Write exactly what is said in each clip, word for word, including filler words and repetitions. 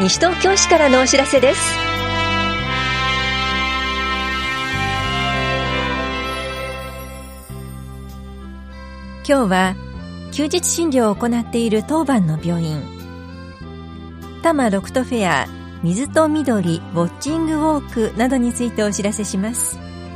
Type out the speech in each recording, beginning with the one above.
西東京市からのお知らせです。今日は休日診療を行っている当番の病院多摩ロクトフェア水と緑ウォッチングウォークなどについてお知らせします。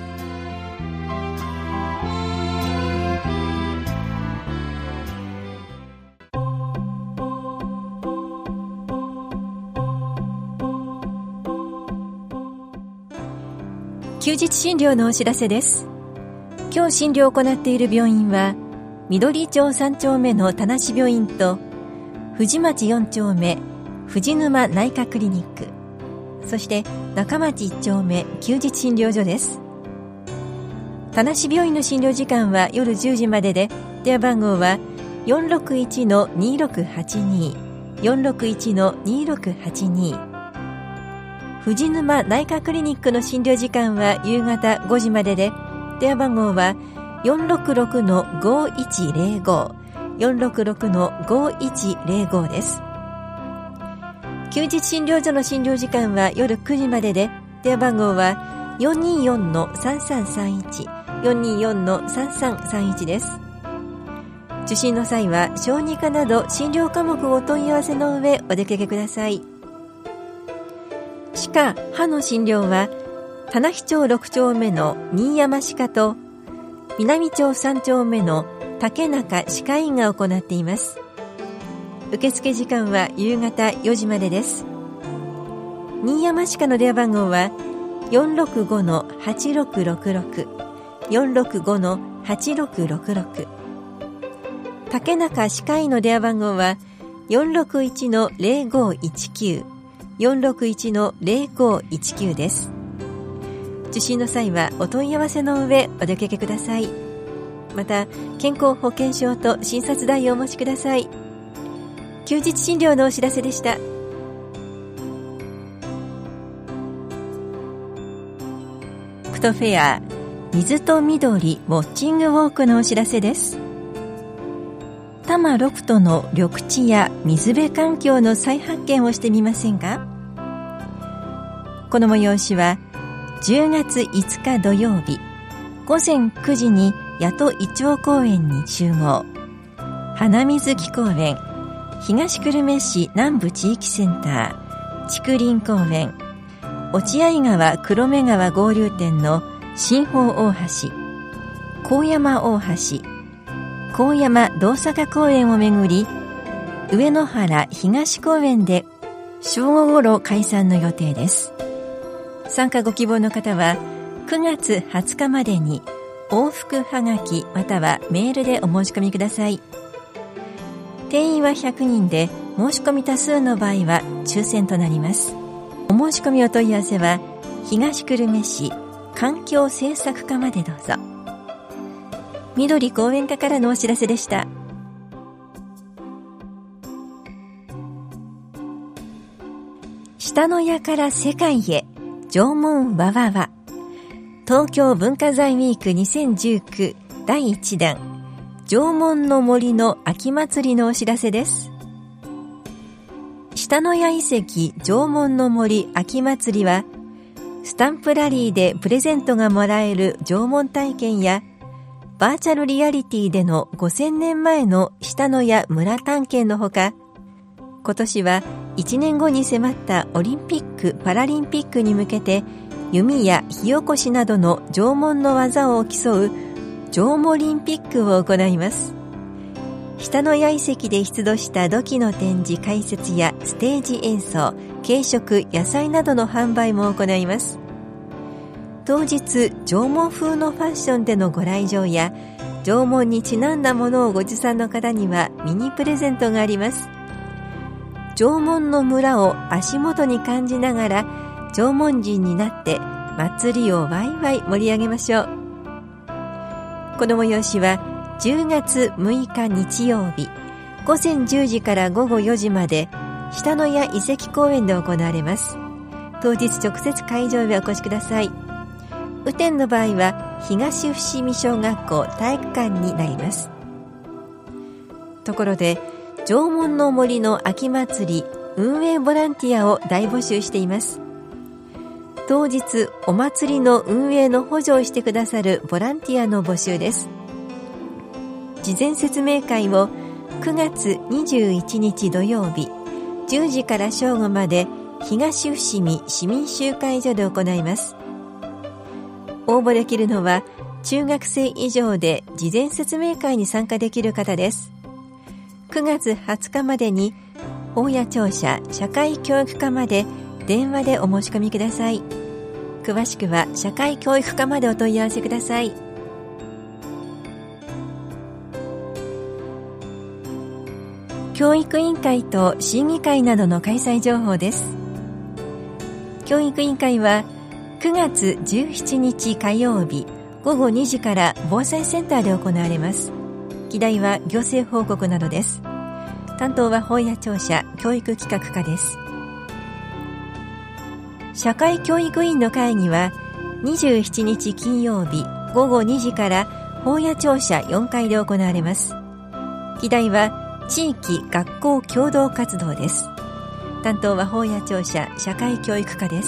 休日診療のお知らせです。今日診療を行っている病院は緑町さん丁目の田無病院と藤町よん丁目藤沼内科クリニック、そして中町いち丁目休日診療所です。田無病院の診療時間は夜じゅうじまでで、電話番号は よんろくいちのにろくはちに よんろくいちのにろくはちに。藤沼内科クリニックの診療時間は夕方ごじまでで、電話番号は よんろくろくのごいちぜろご よんろくろくのごいちぜろご です。休日診療所の診療時間は夜くじまでで、電話番号は よんにーよんのさんさんさんいち よんにーよんのさんさんさんいち です。受診の際は小児科など診療科目をお問い合わせの上お出かけください。歯科・歯の診療は田無町ろく丁目の新山歯科と南町さん丁目の竹中歯科医院が行っています。受付時間は夕方よじまでです。新山歯科の電話番号は よんろくごのはちろくろくろく よんろくごのはちろくろくろく。竹中歯科医の電話番号は よんろくいちのぜろごいちきゅう よんろくいちのぜろごいちきゅう です。受診の際はお問い合わせの上お出かけください。また健康保険証と診察代をお持ちください。休日診療のお知らせでした。クトフェア水と緑ウォッチングウォークのお知らせです。多摩ろく都の緑地や水辺環境の再発見をしてみませんか。この催しはじゅうがついつか土曜日ごぜんくじに谷戸イチョウ公園に集合。花水木公園、東久留米市南部地域センター、竹林公園、落合川黒目川合流点の新宝大橋、高山大橋、高山道坂公園をめぐり、上野原東公園で正午ごろ開山の予定です。参加ご希望の方はくがつはつかまでに往復はがきまたはメールでお申し込みください。定員はひゃくにんで、申し込み多数の場合は抽選となります。お申し込みお問い合わせは東久留米市環境政策課までどうぞ。緑公園課からのお知らせでした。下の谷から世界へ縄文わわわ、東京文化財ウィークにせんじゅうきゅうだいいちだん縄文の森の秋祭りのお知らせです。下野谷遺跡縄文の森秋祭りはスタンプラリーでプレゼントがもらえる縄文体験やバーチャルリアリティでのごせんねんまえの下野谷村探検のほか、今年はいちねんごに迫ったオリンピック・パラリンピックに向けて弓や火起こしなどの縄文の技を競う縄文リンピックを行います。下野谷遺跡で出土した土器の展示解説やステージ演奏、軽食、野菜などの販売も行います。当日、縄文風のファッションでのご来場や縄文にちなんだものをご持参の方にはミニプレゼントがあります。縄文の村を足元に感じながら縄文人になって祭りをワイワイ盛り上げましょう。この催しはじゅうがつむいか日曜日ごぜんじゅうじからごごよじまで下野谷遺跡公園で行われます。当日直接会場へお越しください。雨天の場合は東伏見小学校体育館になります。ところで縄文の森の秋祭り運営ボランティアを大募集しています。当日お祭りの運営の補助をしてくださるボランティアの募集です。事前説明会をくがつにじゅういちにち土曜日じゅうじから正午まで東伏見市民集会所で行います。応募できるのは中学生以上で事前説明会に参加できる方です。くがつはつかまでに大谷庁舎社会教育課まで電話でお申し込みください。詳しくは社会教育課までお問い合わせください。教育委員会と審議会などの開催情報です。教育委員会はくがつじゅうしちにち火曜日ごごにじから防災センターで行われます。議題は行政報告などです。担当は保谷庁舎教育企画課です。社会教育委員の会議はにじゅうしちにち金曜日ごごにじから保谷庁舎よんかいで行われます。議題は地域学校共同活動です。担当は保谷庁舎社会教育課です。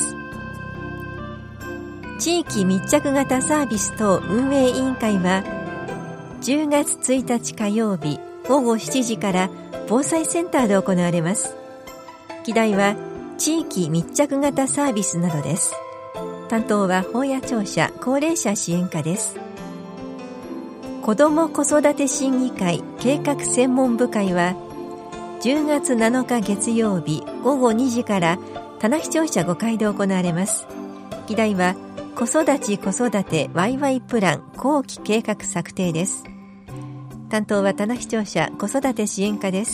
地域密着型サービス等運営委員会はじゅうがつついたち火曜日ごごしちじから防災センターで行われます。議題は地域密着型サービスなどです。担当は保谷庁舎高齢者支援課です。子ども子育て審議会計画専門部会はじゅうがつなのか月曜日ごごにじから棚視聴者ごかいで行われます。議題は子育ち子育てワイワイプラン後期計画策定です。担当は棚視聴者子育て支援課です。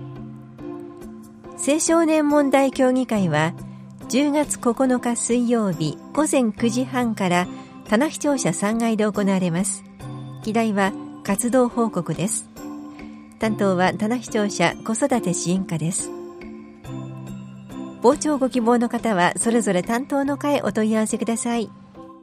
青少年問題協議会はじゅうがつここのか水曜日ごぜんくじはんから棚視聴者さんがいで行われます。議題は活動報告です。担当は棚視聴者子育て支援課です。傍聴ご希望の方はそれぞれ担当の課へお問い合わせください。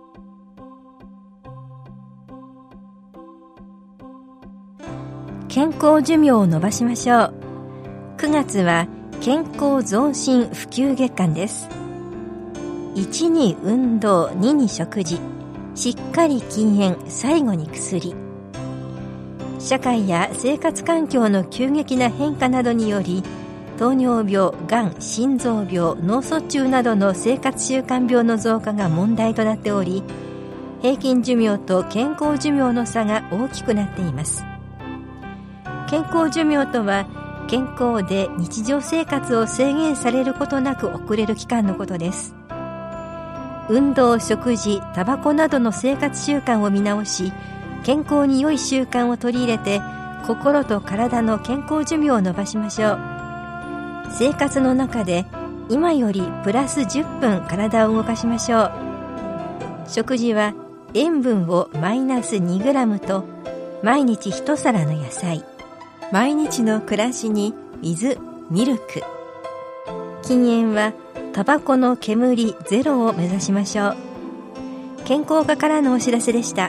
健康寿命を伸ばしましょう。くがつは健康増進普及月間です。いちに運動、にに食事、しっかり禁煙、最後に薬。社会や生活環境の急激な変化などにより糖尿病、がん、心臓病、脳卒中などの生活習慣病の増加が問題となっており、平均寿命と健康寿命の差が大きくなっています。健康寿命とは健康で日常生活を制限されることなく送れる期間のことです。運動、食事、タバコなどの生活習慣を見直し、健康に良い習慣を取り入れて心と体の健康寿命を伸ばしましょう。生活の中で今よりプラスじゅっぷん体を動かしましょう。食事は塩分をマイナスにグラムと毎日一皿の野菜。毎日の暮らしに水、ミルク。禁煙はタバコの煙ゼロを目指しましょう。健康課からのお知らせでした。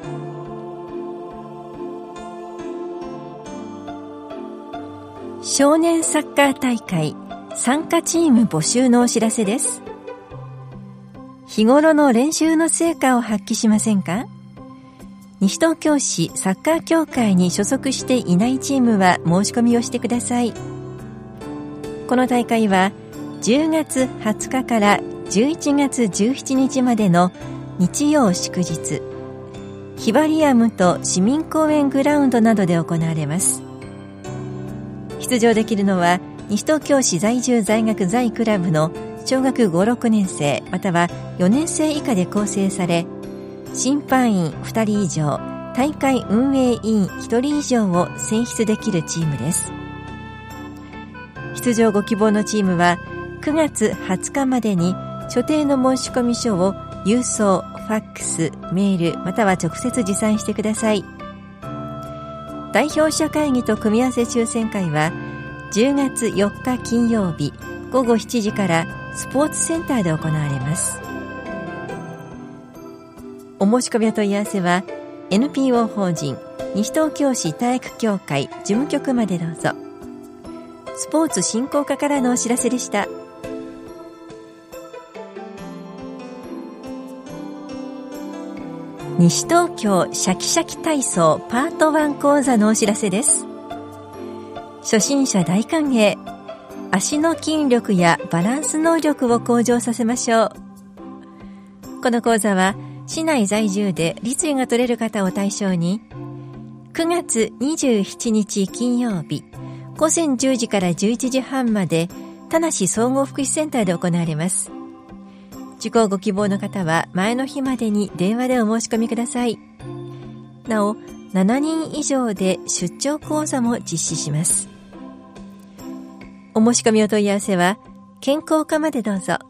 少年サッカー大会参加チーム募集のお知らせです。日頃の練習の成果を発揮しませんか？西東京市サッカー協会に所属していないチームは申し込みをしてください。この大会はじゅうがつはつかからじゅういちがつじゅうしちにちまでの日曜祝日、ヒバリアムと市民公園グラウンドなどで行われます。出場できるのは西東京市在住在学在クラブの小学ご、ろくねんせいまたはよねんせい以下で構成され、審判員ふたり以上、大会運営委員ひとり以上を選出できるチームです。出場ご希望のチームはくがつはつかまでに所定の申込書を郵送、ファックス、メールまたは直接持参してください。代表者会議と組み合わせ抽選会はじゅうがつよっか金曜日ごごしちじからスポーツセンターで行われます。お申し込みお問い合わせは エヌピーオー 法人西東京市体育協会事務局までどうぞ。 スポーツ振興課からのお知らせでした。西東京シャキシャキ体操パートワン講座のお知らせです。初心者大歓迎。足の筋力やバランス能力を向上させましょう。この講座は市内在住で立位が取れる方を対象にくがつにじゅうしちにち金曜日ごぜんじゅうじからじゅういちじはんまで田無総合福祉センターで行われます。受講ご希望の方は前の日までに電話でお申し込みください。なお、しちにん以上で出張講座も実施します。お申し込みお問い合わせは健康課までどうぞ。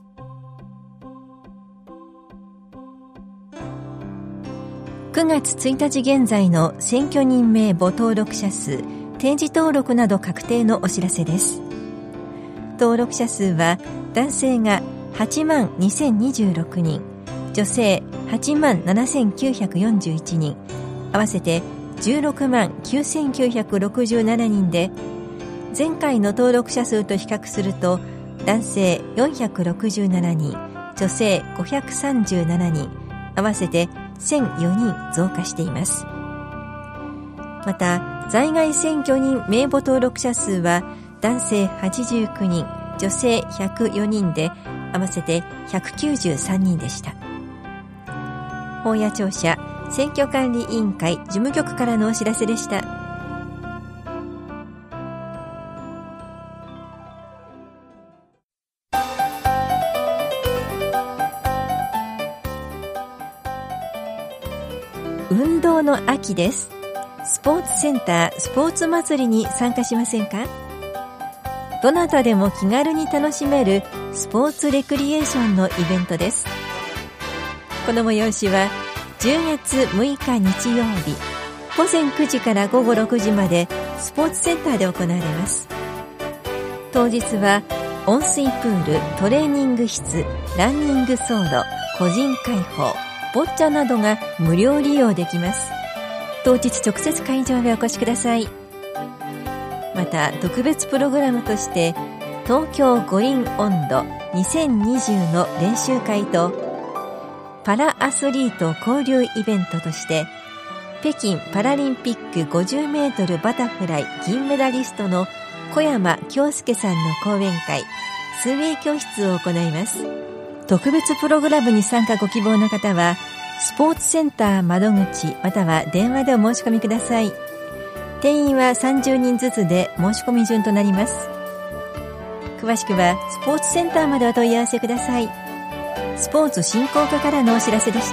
くがつついたち現在の選挙人名簿登録者数、定時登録など確定のお知らせです。登録者数は男性がはちまんにせんにじゅうろくにん、女性はちまんななせんきゅうひゃくよんじゅういちにん、合わせてじゅうろくまんきゅうせんきゅうひゃくろくじゅうななにんで、前回の登録者数と比較すると男性よんひゃくろくじゅうななにん、女性ごひゃくさんじゅうななにん、合わせてせんよにん増加しています。また在外選挙人名簿登録者数は男性はちじゅうきゅうにん、女性ひゃくよにんで合わせてひゃくきゅうじゅうさんにんでした。法や庁舎選挙管理委員会事務局からのお知らせでした。運動の秋です。スポーツセンタースポーツ祭りに参加しませんか？どなたでも気軽に楽しめるスポーツレクリエーションのイベントです。この催しはじゅうがつむいか日曜日ごぜんくじからごごろくじまでスポーツセンターで行われます。当日は温水プール、トレーニング室、ランニング走路、個人開放、ボッチャなどが無料利用できます。当日直接会場へお越しください。また特別プログラムとして東京五輪温度にせんにじゅうの練習会とパラアスリート交流イベントとして北京パラリンピックごじゅうメートルバタフライ銀メダリストの小山京介さんの講演会、数名教室を行います。特別プログラムに参加ご希望の方はスポーツセンター窓口または電話でお申し込みください。定員はさんじゅうにんずつで申し込み順となります。詳しくはスポーツセンターまでお問い合わせください。スポーツ振興課からのお知らせでした。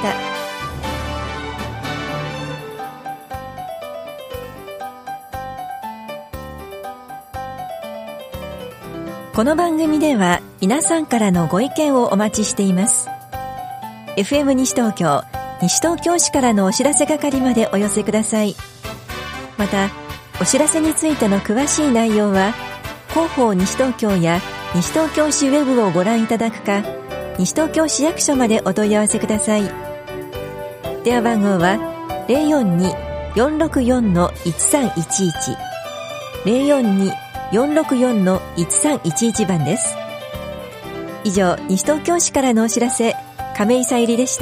この番組では皆さんからのご意見をお待ちしています。 エフエム 西東京西東京市からのお知らせ係までお寄せください。またお知らせについての詳しい内容は広報西東京や西東京市ウェブをご覧いただくか西東京市役所までお問い合わせください。電話番号は ゼロよんに よんろくよん いちさんいちいち ゼロよんに よんろくよん いちさんいちいち番です。以上、西東京市からのお知らせ、亀井さゆりでした。